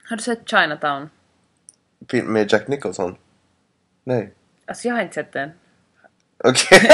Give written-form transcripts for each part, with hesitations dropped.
Har du sett Chinatown? Film med Jack Nicholson? Nej. Alltså jag har inte sett den. Okej.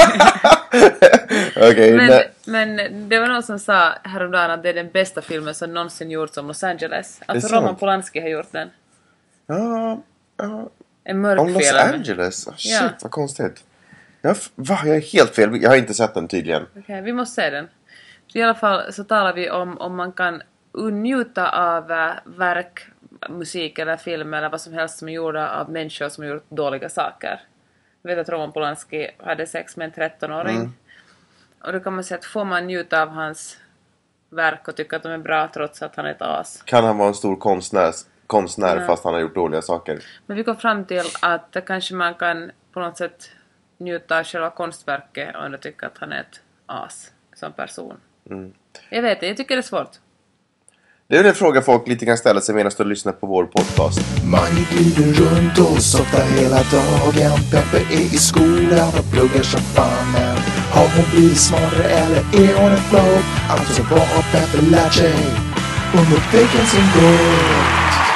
Okej. Men det var någon som sa häromdagen att det är den bästa filmen som någonsin gjorts om Los Angeles. Alltså Roman Polanski har gjort den. Ja. En mörk om Los film. Angeles? Shit, vad konstigt. Jag är helt fel. Jag har inte sett den tydligen. Okej, vi måste se den. Så i alla fall så talar vi om man kan njuta av verk, musik eller film eller vad som helst som är gjorda av människor som har gjort dåliga saker. Jag vet att Roman Polanski hade sex med en 13-åring. Och då kan man säga att får man njuta av hans verk och tycka att de är bra trots att han är ett as. Kan han vara en stor konstnär fast han har gjort dåliga saker? Men vi kom fram till att kanske man kan på något sätt njuta av själva konstverket och ändå tycka att han är ett as som person. Jag vet det, jag tycker det är svårt. Det är väl en fråga folk lite kan ställa sig medan de lyssnar på vår podcast. Man glider runt och softar hela dagen. Peppe är i skolan och pluggar som fan. Men har hon blivit smartare eller är hon en flow? Alltså vad har Peppe lärt sig under veckan som gått?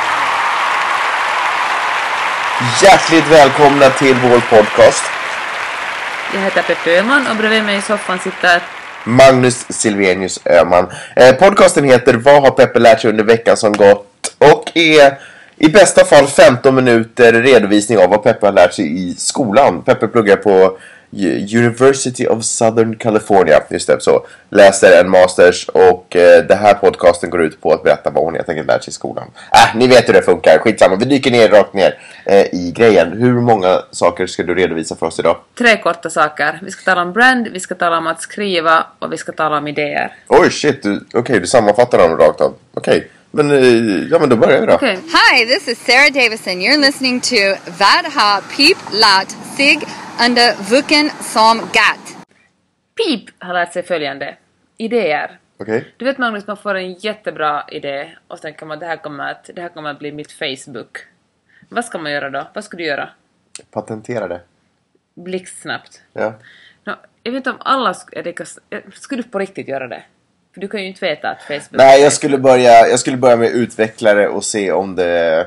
Hjärtligt välkomna till vår podcast. Jag heter Peppe Öhman och bredvid mig i soffan sitter Magnus Silvenius Öhman. Podcasten heter Vad har Peppe lärt sig under veckan som gått? Och är i bästa fall 15 minuter redovisning av vad Peppe har lärt sig i skolan. Peppe pluggar på University of Southern California. Just det, så läser en masters. Och det här podcasten går ut på att berätta vad hon helt enkelt lärt sig i skolan. Ni vet hur det funkar, skitsamma. Vi dyker rakt ner i grejen. Hur många saker ska du redovisa för oss idag? 3 korta saker. Vi ska tala om brand, vi ska tala om att skriva och vi ska tala om idéer. Oj shit, du sammanfattar dem rakt av. Okej. Men då börjar vi då. Okay. Hi, this is Sarah Davison. You're listening to Vad har Pip lärt sig under veckan som gått? Pip har lärt sig följande. Idéer. Okay. Du vet Magnus, man får en jättebra idé och så tänker man att det här kommer att bli mitt Facebook. Vad ska man göra då? Vad ska du göra? Patentera det. Blixtsnabbt. Ja. Jag vet inte om alla skulle du på riktigt göra det. För du kan ju inte veta att Facebook... Nej, jag skulle börja med utvecklare och se om det...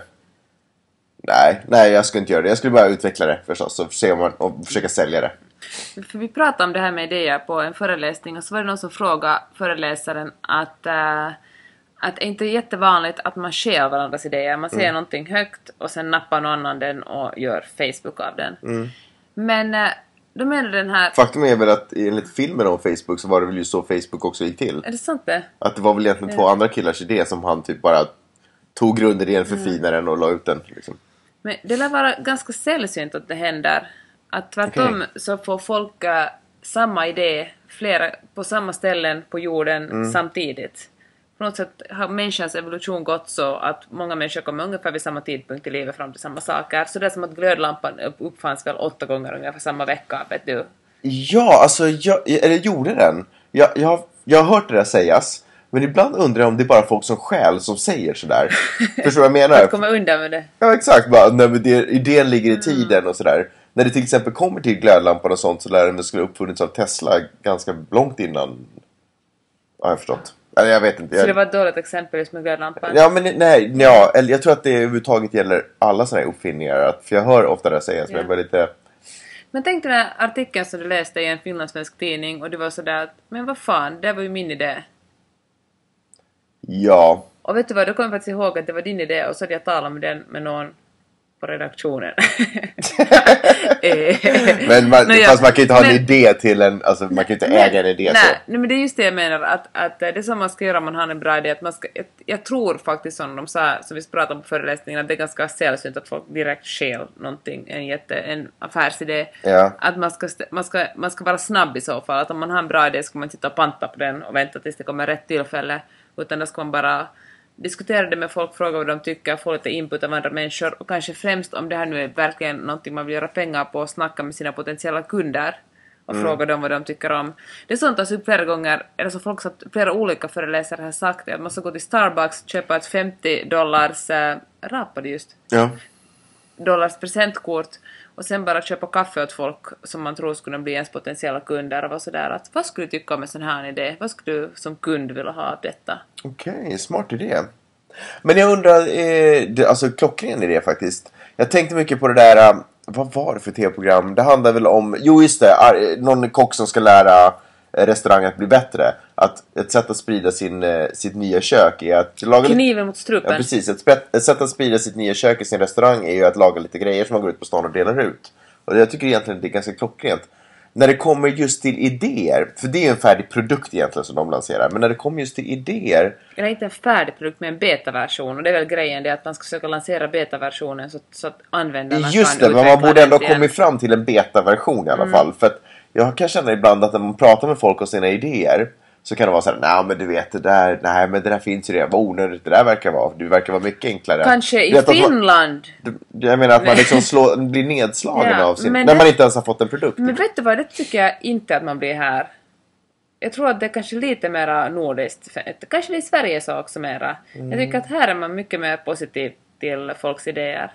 Nej, jag skulle inte göra det. Jag skulle bara utveckla det förstås och se om man och försöka sälja det. För vi pratade om det här med idéer på en föreläsning och så var det någon som frågade föreläsaren att det inte är jättevanligt att man stjäl varandras idéer. Man säger någonting högt och sen nappar någon annan den och gör Facebook av den. Men... Då menar den här... Faktum är väl att enligt filmen om Facebook så var det väl ju så Facebook också gick till. Är det sant det? Att det var väl egentligen 2 andra killars idé som han typ bara tog grundidén, förfinade den och la ut den. Liksom. Men det lär vara ganska sällsynt att det händer. Att tvärtom så får folk samma idé på samma ställen på jorden samtidigt. På något sätt har människans evolution gått så att många människor kommer ungefär vid samma tidpunkt i livet fram till samma saker. Så det är som att glödlampan uppfanns väl 8 gånger ungefär samma vecka, vet du? Ja, alltså, eller gjorde den. Jag har hört det där sägas. Men ibland undrar jag om det är bara folk som skäl som säger sådär. Förstår du vad jag menar? Att komma undan med det. Ja, exakt. Bara, när idén ligger i tiden och sådär. När det till exempel kommer till glödlampan och sånt så lär den skulle uppfunnits av Tesla ganska långt innan. Ja, jag har förstått. Jag vet inte. Så det var ett dåligt exempel just med glödlampan? Ja, men jag tror att det överhuvudtaget gäller alla sådana här uppfinningar. För jag hör ofta det sägas, men lite... Men tänk den här artikeln som du läste i en finlandssvensk tidning och det var sådär att, men vad fan, det var ju min idé. Ja. Och vet du vad, då kom jag faktiskt ihåg att det var din idé och så hade jag talat med den med någon på redaktionen. Fast man kan ju inte ha en idé till en, alltså man kan ju inte äga en idé så. Nej, men det är just det jag menar att det är som man ska göra om man har en bra idé att man ska, jag tror faktiskt som de sa, som vi pratade om på föreläsningen, att det är ganska sällsynt att folk direkt stjäl någonting, en affärsidé. Ja. Att man ska vara snabb i så fall, att om man har en bra idé ska man sitta och panta på den och vänta tills det kommer rätt tillfälle, utan då ska man bara diskutera det med folk, fråga vad de tycker, få lite input av andra människor och kanske främst om det här nu är verkligen någonting man vill göra pengar på, snacka med sina potentiella kunder och fråga dem vad de tycker om. Det är sånt tas upp flera gånger, eller så folk sagt, flera olika föreläsare har sagt att man ska gå till Starbucks, köpa ett $50 rapade just. Ja. dollars presentkort och sen bara köpa kaffe åt folk som man tror skulle bli ens potentiella kunder och vara sådär att vad skulle du tycka om en sån här idé? Vad skulle du som kund vilja ha av detta? Okej, smart idé. Men jag undrar, alltså klockren är det faktiskt. Jag tänkte mycket på det där, vad var det för tv-program? Det handlar väl om, jo just det, någon kock som ska lära restaurang att bli bättre. Att ett sätt att sprida sitt nya kök är att laga Kniven mot strupen. Ja, precis. Ett sätt att sprida sitt nya kök i sin restaurang är ju att laga lite grejer som man går ut på stan och delar ut. Och jag tycker egentligen det är ganska klockrent. När det kommer just till idéer, för det är ju en färdig produkt egentligen som de lanserar, men när det kommer just till idéer... Det är inte en färdig produkt med en betaversion, och det är väl grejen det att man ska försöka lansera betaversionen så att användarna just kan det, men man borde ändå igen. kommit fram till en betaversion i alla fall. För att jag kan känna ibland att när man pratar med folk och sina idéer så kan det vara så här, nej men du vet det där finns ju det, vad onödigt det där verkar vara mycket enklare. Kanske i Finland. Jag menar att man liksom blir nedslagen av sin, när man inte ens har fått en produkt. Men vet du vad, det tycker jag inte att man blir här. Jag tror att det är kanske lite mer nordiskt. Kanske det är i Sverige så också mera. Jag tycker att här är man mycket mer positiv till folks idéer.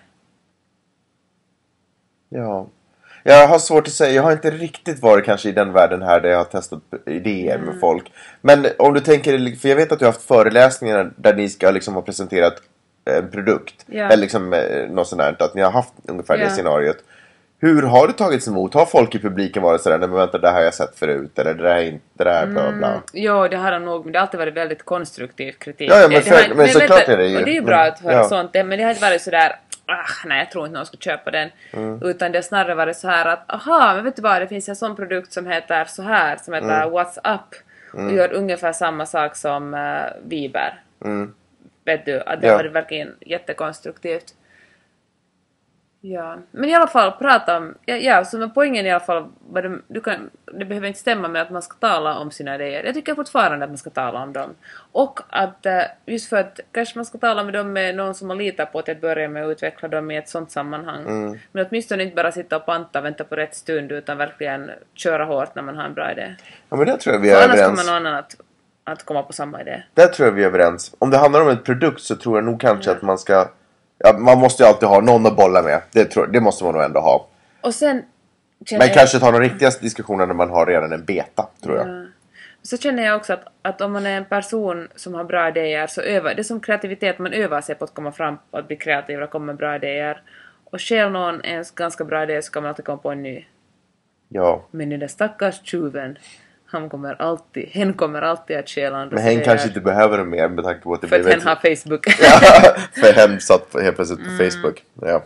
Ja. Jag har svårt att säga. Jag har inte riktigt varit kanske i den världen här där jag har testat idéer med folk. Men om du tänker, för jag vet att du har haft föreläsningar där ni ska liksom ha presenterat en produkt. Ja. Eller liksom något sånt där, att ni har haft ungefär det scenariot. Hur har det tagits emot? Har folk i publiken varit sådär, nej men vänta, det här har jag sett förut, eller det där är inte, det där bla bla. Jo, det har de nog, men det har alltid varit väldigt konstruktiv kritik. Ja, men såklart är det ju. Och det är ju bra att höra sånt, men det har inte varit sådär, nej jag tror inte någon ska köpa den. Utan det har snarare varit så här att, men vet du vad, det finns en sån produkt som heter så här, som heter What's Up. Och gör ungefär samma sak som Viber. Vet du, att det har varit verkligen jättekonstruktivt. Ja, men i alla fall prata om, så med poängen i alla fall, det behöver inte stämma med att man ska tala om sina idéer. Jag tycker fortfarande att man ska tala om dem. Och att just för att kanske man ska tala med dem med någon som man litar på till att börja med att utveckla dem i ett sånt sammanhang. Men åtminstone inte bara sitta och panta och vänta på rätt stund, utan verkligen köra hårt när man har en bra idé. Ja, men det tror jag vi är överens. Annars kommer någon annan att komma på samma idé. Det tror jag vi är överens. Om det handlar om en produkt så tror jag nog kanske att man ska... Ja, man måste ju alltid ha någon att bolla med. Det måste man nog ändå ha. Och sen men kanske ta de riktigaste diskussionerna när man har redan en beta, tror jag. Så känner jag också att om man är en person som har bra idéer, så det är som kreativitet, man övar sig på att komma fram och att bli kreativ och komma med bra idéer. Och själv någon en ganska bra idé så kan man alltid komma på en ny. Ja. Men den där stackars tjuven, hen kommer alltid att stjäla andra. Men hen kanske inte behöver det mer med tanke på att det för att hen har Facebook. Ja, för hen satt helt plötsligt på Facebook. Ja.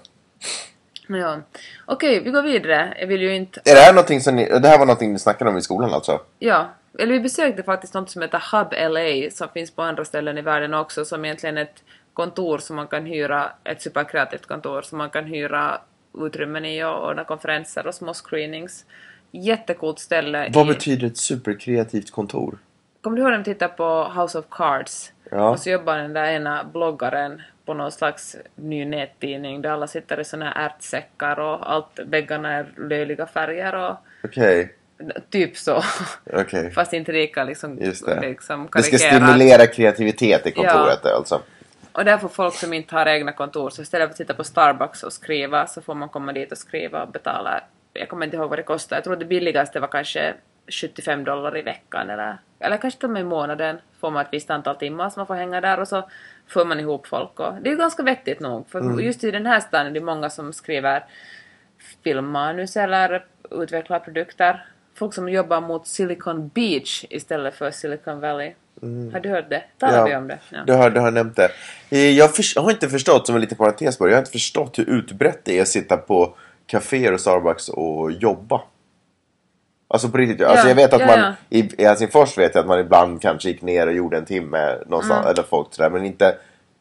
Ja. Okej, vi går vidare. Jag vill ju inte... Är det här någonting det här var någonting ni snackade om i skolan alltså? Ja, eller vi besökte faktiskt något som heter Hub LA, som finns på andra ställen i världen också, som egentligen är ett kontor som man kan hyra, ett superkreativt kontor som man kan hyra utrymmen i och ordna konferenser och små screenings. Jättekult ställe. Vad betyder ett superkreativt kontor? Kommer du ihåg när de tittar på House of Cards? Ja. Och så jobbar den där ena bloggaren på någon slags ny nättidning där alla sitter i såna här ärtsäckar och allt, väggarna är löjliga färger och... Okej. Typ så. Okay. Fast inte lika liksom, just det. Liksom det ska stimulera kreativitet i kontoret alltså. Och därför folk som inte har egna kontor, så istället för att sitta på Starbucks och skriva, så får man komma dit och skriva och betala. Jag kommer inte ihåg vad det kostar. Jag tror det billigaste var kanske $75 i veckan eller kanske till och med i månaden. Får man ett visst antal timmar som man får hänga där och så får man ihop folk. Och det är ju ganska vettigt nog. För just i den här stan är det många som skriver filmmanus eller utvecklar produkter. Folk som jobbar mot Silicon Beach istället för Silicon Valley. Har du hört det? Talar vi om det? Ja. Du har nämnt det. Jag har inte förstått, som en liten parentes bara, jag har inte förstått hur utbrett det är att sitta på kaféer och Starbucks och jobba. Alltså på riktigt. Alltså jag vet att man i Helsingfors vet jag att man ibland kanske gick ner och gjorde en timme någonstans, eller folk sådär, men inte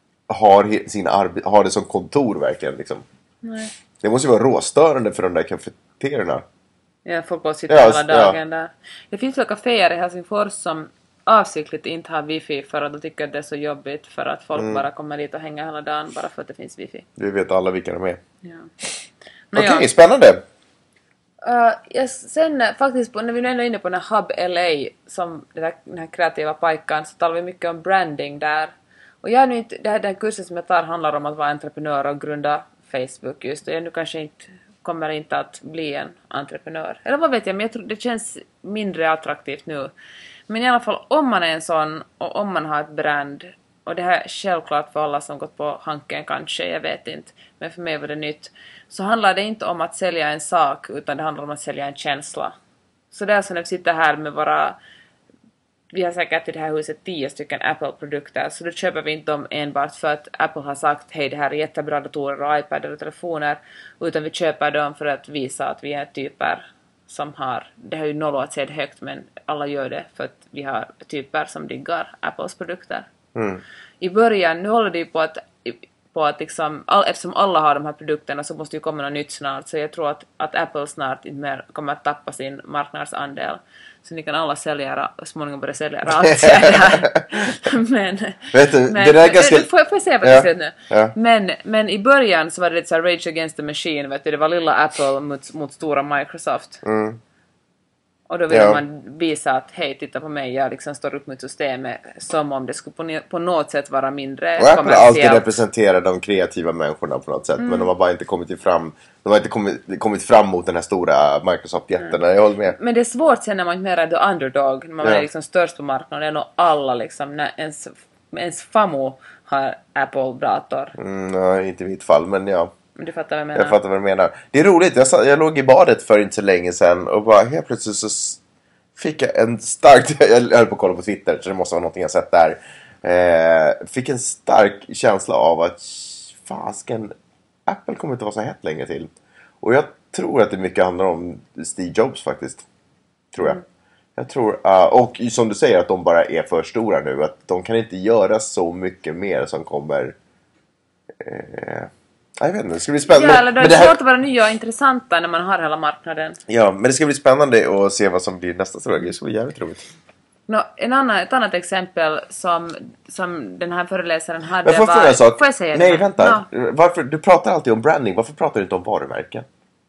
har det som kontor verkligen liksom. Nej. Det måste ju vara råstörande för de där kafeterierna. Ja, folk bara sitter hela dagen där. Det finns ju kaféer i Helsingfors som avsiktligt inte har wifi för att de tycker att det är så jobbigt, för att folk bara kommer dit och hänger hela dagen bara för att det finns wifi. Vi vet alla vilka de är. Ja. Okej, spännande. Sen faktiskt, när vi nu är inne på den här Hub LA, som den här kreativa pajkan, så talar vi mycket om branding där. Och jag är nu inte, den här kursen som jag tar handlar om att vara entreprenör och grunda Facebook just, och jag nu kanske inte kommer inte att bli en entreprenör. Eller vad vet jag, men jag tror det känns mindre attraktivt nu. Men i alla fall, om man är en sån och om man har ett brand och det här är självklart för alla som gått på Hanken kanske, jag vet inte, men för mig var det nytt, så handlar det inte om att sälja en sak, utan det handlar om att sälja en känsla. Så det är som när vi sitter här med vi har säkert i det här huset 10 stycken Apple-produkter, så då köper vi inte dem enbart för att Apple har sagt hej, det här är jättebra datorer och iPad och telefoner, utan vi köper dem för att visa att vi är typer som har, det har ju noll att säga det högt, men alla gör det för att vi har typer som diggar Apples produkter. I början, nu håller det ju på att liksom, eftersom alla har de här produkterna så måste ju komma något nytt snart, så jag tror att Apple snart inte mer kommer att tappa sin marknadsandel, så ni kan alla säljare småningom börja sälja aktier där. men vet du, det där är ganska... får jag säga vad det ser ut nu? Ja. Men i början så var det lite så här Rage Against the Machine, vet du, det var lilla Apple mot stora Microsoft. Och då vill man visa att hej, titta på mig, jag liksom står upp mot systemet som om det skulle på något sätt vara mindre kommersiellt. Och Apple alltid representerar de kreativa människorna på något sätt, men de har bara inte kommit fram. De har inte kommit fram mot den här stora Microsoft-jätten. Jag håller med. Men det är svårt sen när man inte är the underdog, när man är liksom störst på marknaden och alla liksom, när ens famo har Apple-dator. Nej, inte i mitt fall, men ja. Du fattar vad jag menar. Jag fattar vad du menar. Det är roligt, jag låg i badet för inte så länge sedan och bara helt plötsligt så fick jag en stark... Jag höll på att kolla på Twitter, så det måste vara någonting jag sett där. Fick en stark känsla av att fasken, Apple kommer inte vara så hett länge till. Och jag tror att det mycket handlar om Steve Jobs faktiskt. Tror jag. Jag tror, och som du säger, att de bara är för stora nu. Att de kan inte göra så mycket mer som kommer... Jag vet inte, det ska bli spännande. Ja, det är svårt att vara nya och intressanta när man har hela marknaden. Ja, men det ska bli spännande att se vad som blir nästa stora grej. Det ska bli jävligt roligt. Ett annat exempel som den här föreläsaren hade. Men får jag säga nej, vänta. No. Varför, du pratar alltid om branding. Varför pratar du inte om varumärken?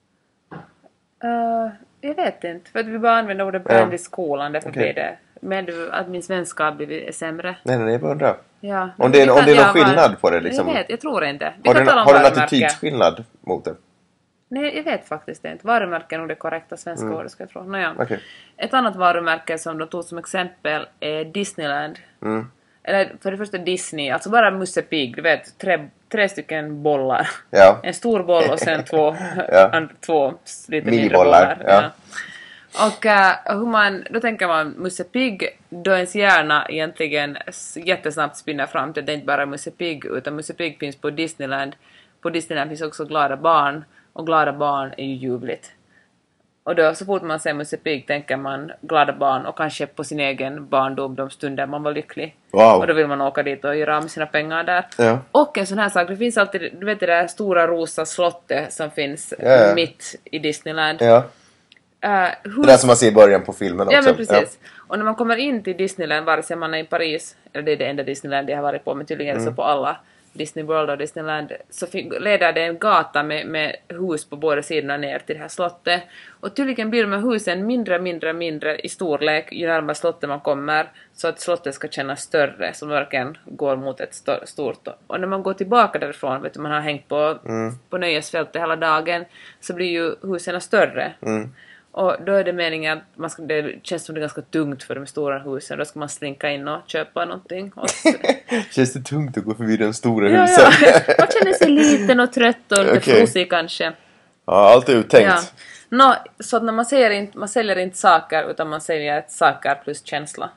Jag vet inte. För att vi bara använder ordet brand i skolan. Därför blir det. Men att min svenska har blivit sämre. Nej, jag bara undrar. Ja, om det är någon skillnad på det liksom. Jag tror inte. Har du en attitydsskillnad mot det? Nej, jag vet faktiskt inte. Varumärke är nog det korrekta svenska ordet, ska jag tro. Okay. Ett annat varumärke som de tog som exempel är Disneyland. Eller för det första Disney, alltså bara Musse Pigg, du vet, tre stycken bollar. Ja. En stor boll och sen två lite mindre bollar. Ja. Och då tänker man Musse Pigg, då ens hjärna egentligen jättesnabbt spinner fram till det är inte bara Musse Pigg, utan Musse Pigg finns på Disneyland. På Disneyland finns också glada barn, och glada barn är ju ljuvligt. Och då så fort man ser Musse Pigg tänker man glada barn och kanske på sin egen barndom, de stunder man var lycklig. Wow. Och då vill man åka dit och göra med sina pengar där. Ja. Och en sån här sak, det finns alltid, du vet det där stora rosa slottet som finns mitt i Disneyland. Ja. Det där som man ser i början på filmen också. Ja, men precis. Ja. Och när man kommer in till Disneyland, vare sig man är i Paris, eller det är det enda Disneyland jag har varit på, men tydligen så på alla Disney World och Disneyland, så leder det en gata med hus på båda sidorna ner till det här slottet. Och tydligen blir de här husen mindre i storlek ju närmare slottet man kommer, så att slottet ska kännas större, så man verkligen går mot ett stort. Och när man går tillbaka därifrån, vet du, man har hängt på nöjesfältet hela dagen, så blir ju husen större. Och då är det meningen att det känns som det är ganska tungt för de stora husen. Då ska man slinka in och köpa någonting. Känns det tungt att gå förbi de stora husen? Ja. Man känner sig liten och trött och lite frosig kanske. Ja, allt är uttänkt. Ja. Så att när man säljer inte saker, utan man säljer saker plus känsla.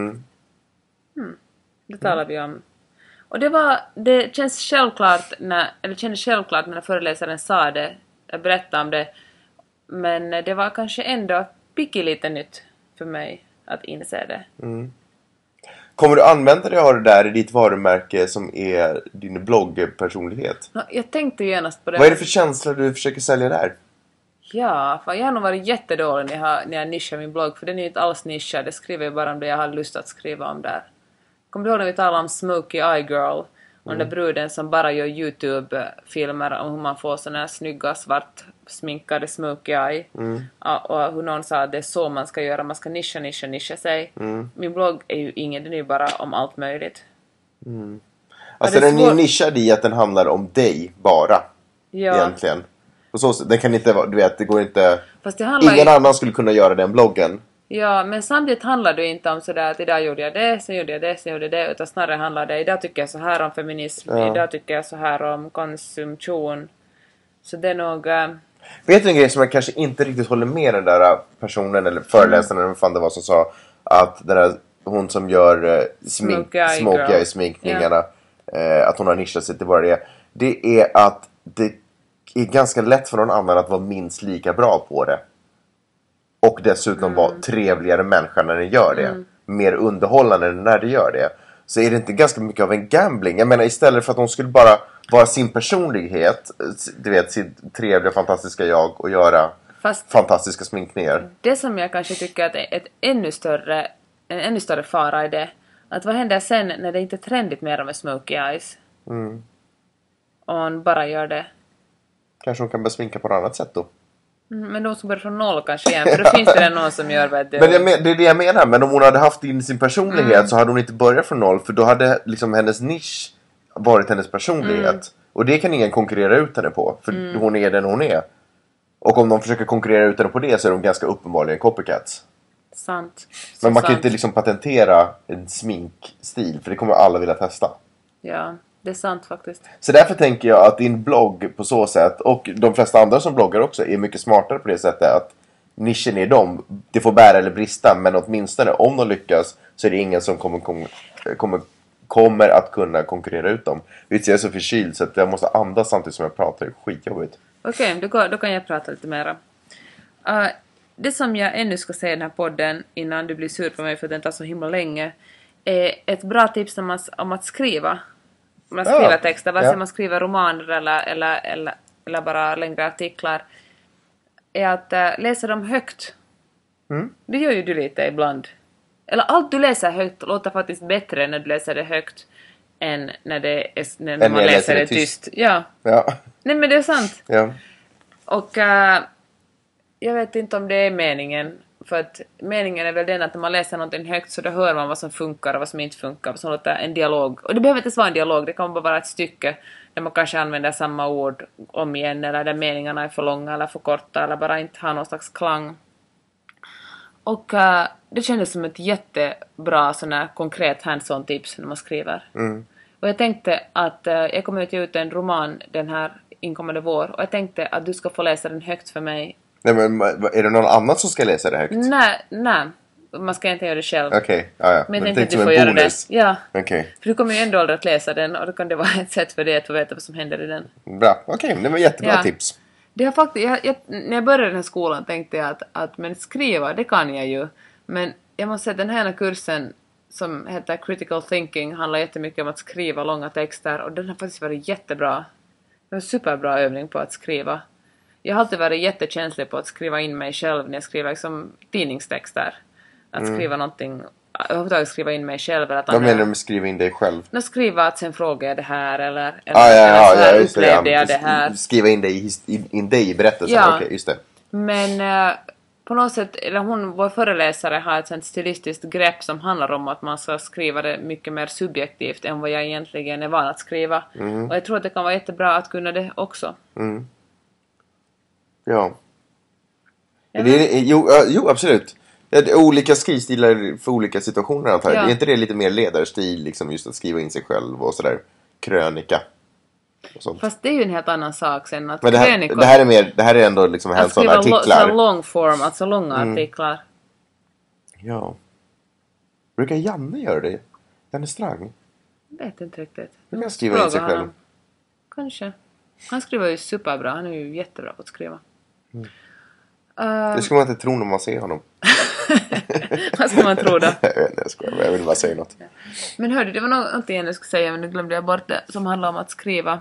Det talar vi om. Och det kändes självklart när föreläsaren sa det. Jag berättade om det. Men det var kanske ändå lite nytt för mig att inse det. Kommer du använda dig av det där i ditt varumärke som är din bloggpersonlighet? Jag tänkte genast på det. Vad är det för känslor du försöker sälja där? Ja, för jag har nog varit jättedålig när jag nischar min blogg. För den är inte alls nischad. Det skriver jag bara om det jag har lust att skriva om där. Kommer du ihåg när vi talade om Smokey Eye Girl? Och den där bruden som bara gör YouTube-filmer om hur man får såna här snygga svart sminkade smokey eye. Och hur någon sa att det är så man ska göra. Man ska nischa sig. Min blogg är ju ingen, den är ju bara om allt möjligt. Alltså den är nischad i att den handlar om dig bara. Ja. Egentligen. Och så, den kan inte vara, du vet, det går inte... Ingen annan skulle kunna göra den bloggen. Ja, men samtidigt handlar det inte om sådär att idag gjorde jag det, sen gjorde jag det, sen gjorde jag det, utan snarare handlar det idag tycker jag så här om feminism, idag tycker jag så här om konsumtion. Så det är nog... Vet du en grej som jag kanske inte riktigt håller med den där personen eller föreläsaren eller vad fan det var som sa att den där, hon som gör smoky eye sminkningarna att hon har nischat sig till bara det är att det är ganska lätt för någon annan att vara minst lika bra på det. Och dessutom vara trevligare människa när den gör det. Mer underhållande när det gör det. Så är det inte ganska mycket av en gambling. Jag menar istället för att hon skulle bara vara sin personlighet. Du vet, sitt trevliga, fantastiska jag. Och göra fantastiska sminkningar. Det som jag kanske tycker att är en ännu större fara i det. Att vad händer sen när det inte är trendigt mer med smoky eyes? Och hon bara gör det. Kanske hon kan börja sminka på ett annat sätt då. Men de som börjar från noll kanske igen. För då finns det någon som gör vad det. Men det är det jag menar. Men om hon hade haft in sin personlighet så hade hon inte börjat från noll. För då hade liksom hennes nisch varit hennes personlighet. Och det kan ingen konkurrera ut henne på. För hon är den hon är. Och om de försöker konkurrera ut henne på det så är de ganska uppenbarligen copycats. Sant. Men man kan inte liksom patentera en sminkstil. För det kommer alla vilja testa. Ja, det är sant faktiskt. Så därför tänker jag att din blogg på så sätt, och de flesta andra som bloggar också, är mycket smartare på det sättet att nischen är dem. Det får bära eller brista, men åtminstone om de lyckas så är det ingen som kommer att kunna konkurrera ut dem. Visst, jag är så förkyld så att jag måste andas samtidigt som jag pratar. Det är skitjobbigt. Okej, då kan jag prata lite mera. Det som jag ännu ska säga i den här podden innan du blir sur på mig för att den tar så himla länge är ett bra tips om att skriva. Om man skriver texter, vare sig man skriver romaner eller bara längre artiklar, är att läsa dem högt. Det gör ju du lite ibland. Eller allt du läser högt låter faktiskt bättre när du läser det högt än när man läser det tyst. Ja. Nej, men det är sant. Ja. Och jag vet inte om det är meningen. För att meningen är väl den att när man läser någonting högt så då hör man vad som funkar och vad som inte funkar. Vad som låter en dialog. Och det behöver inte vara en dialog. Det kan bara vara ett stycke där man kanske använder samma ord om igen. Eller där meningarna är för långa eller för korta. Eller bara inte har någon slags klang. Och det kändes som ett jättebra sån här konkret hands-on tips när man skriver. Och jag tänkte att jag kommer att ge ut en roman den här inkommande vår. Och jag tänkte att du ska få läsa den högt för mig. Nej, men är det någon annan som ska läsa det högt? Nej. Man ska inte göra det själv. Okej, ja. Men jag tänkte att du får göra det. Ja. Okej. För du kommer ju ändå aldrig att läsa den. Och då kan det vara ett sätt för dig att få veta vad som händer i den. Bra, okej. Det var jättebra tips. Det har faktiskt, när jag började den här skolan tänkte jag att men skriva, det kan jag ju. Men jag måste säga att den här kursen som heter Critical Thinking handlar jättemycket om att skriva långa texter. Och den har faktiskt varit jättebra. Det var en superbra övning på att skriva. Jag har alltid varit jättekänslig på att skriva in mig själv när jag skriver liksom tidningstexter. Att skriva någonting, överhuvudtaget skriva in mig själv. Eller att vad menar du med skriva in dig själv? Att skriva att sen frågar jag det här eller upplevde jag det här. Skriva in dig i berättelsen, okej, just det. Men på något sätt, eller vår föreläsare har ett sånt stilistiskt grepp som handlar om att man ska skriva det mycket mer subjektivt än vad jag egentligen är van att skriva. Och jag tror att det kan vara jättebra att kunna det också. Ja. Jo, absolut. Olika skrivstilar för olika situationer antar jag. Är inte det lite mer ledarstil liksom, just att skriva in sig själv och sådär, krönika och sånt. Fast det är ju en helt annan sak sen att men det här är ändå liksom en sån artiklar. Så long form, alltså långa artiklar. Ja. Brukar Janne göra det? Janne Strang? Jag vet inte riktigt. Du kan skriva in sig själv. Kanske. Han skriver ju superbra. Han är ju jättebra på att skriva. Det ska man inte tro när man ser honom. Vad ska man tro då? Jag vill bara säga något. Men hörde, det var någonting jag skulle säga men nu glömde jag bort det. Som handlar om att skriva.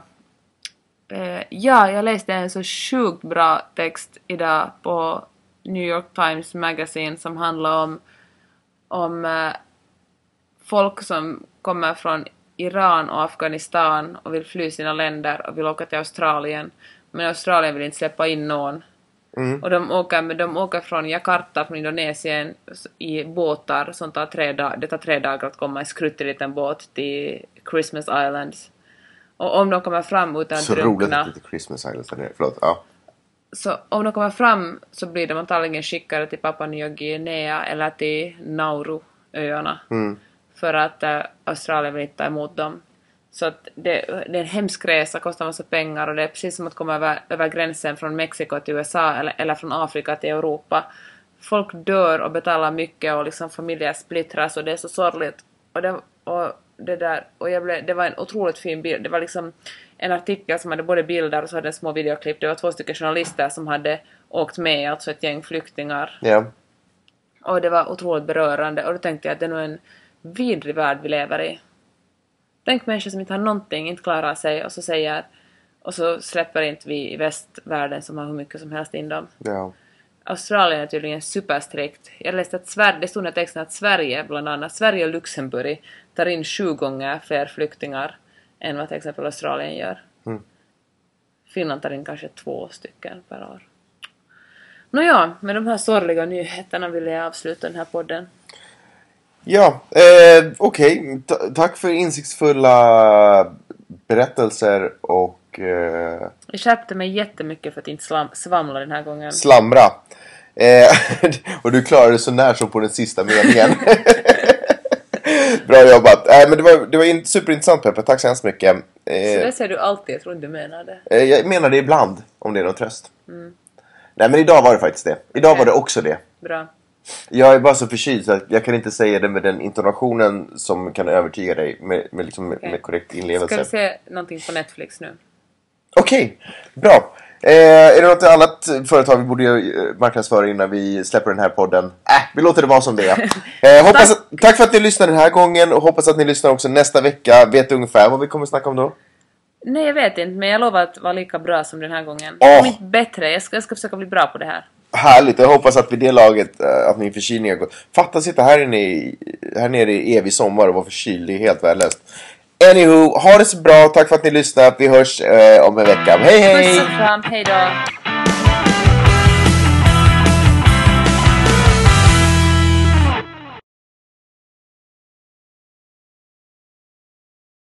Jag läste en så sjukt bra text idag på New York Times Magazine som handlar om folk som kommer från Iran och Afghanistan och vill fly sina länder och vill åka till Australien. Men Australien vill inte släppa in någon. Och de åker från Jakarta, från Indonesien i båtar som tar 3 dagar. Det tar 3 dagar att komma i skruttig liten båt till Christmas Islands. Och om de kommer fram utan att drunkna. Så roligt att det är Christmas Islands. Förlåt, ja. Så om de kommer fram så blir de antagligen skickade till Papua Nya Guinea eller till Nauruöarna. För att Australien vill inte ta emot dem. Så att det är en hemsk resa, kostar massa pengar och det är precis som att komma över gränsen från Mexiko till USA eller från Afrika till Europa. Folk dör och betalar mycket och liksom familjer splittras och det är så sorgligt. Det var en otroligt fin bild. Det var liksom en artikel som hade både bilder och så hade en små videoklipp. Det var 2 stycken journalister som hade åkt med, alltså ett gäng flyktingar. Ja. Och det var otroligt berörande. Och då tänkte jag att det är nog en vidrig värld vi lever i. Tänk människor som inte har någonting, inte klarar sig och så släpper inte vi i västvärlden som har hur mycket som helst in dem. Ja. Australien är tydligen superstrikt. Jag läste att det stod i texten att Sverige, bland annat Sverige och Luxemburg, tar in 7 gånger fler flyktingar än vad till exempel Australien gör. Finland tar in kanske 2 stycken per år. Nåja, med de här sorgliga nyheterna vill jag avsluta den här podden. Ja, okej. Tack för insiktsfulla berättelser och... Jag skärpte mig jättemycket för att inte svamla den här gången. Slamra. Och du klarade så när som på den sista meningen. Bra jobbat. Men det var superintressant, Peppe. Tack så hemskt mycket. Så det säger du alltid, jag tror inte du menar det. Jag menar det ibland, om det är någon tröst. Nej, men idag var det faktiskt det. Idag var det också det. Bra. Jag är bara så förkyld så att jag kan inte säga det med den intonationen som kan övertyga dig med korrekt inlevelse. Ska vi se någonting på Netflix nu? Okej, bra. Är det något annat företag vi borde marknadsföra innan vi släpper den här podden? Vi låter det vara som det är. Tack för att ni lyssnade den här gången och hoppas att ni lyssnar också nästa vecka. Vet du ungefär vad vi kommer snacka om då? Nej, jag vet inte, men jag lovar att vara lika bra som den här gången. Om inte bättre, jag ska försöka bli bra på det här. Härligt, jag hoppas att vid det laget att min förkylning har gått. Fatta sitta här nere i evig sommar och vara förkyld, det är helt värdelöst. Anywho, ha det så bra, tack för att ni lyssnade. Vi hörs om en vecka. Hej hej! Puss och kram, hej då!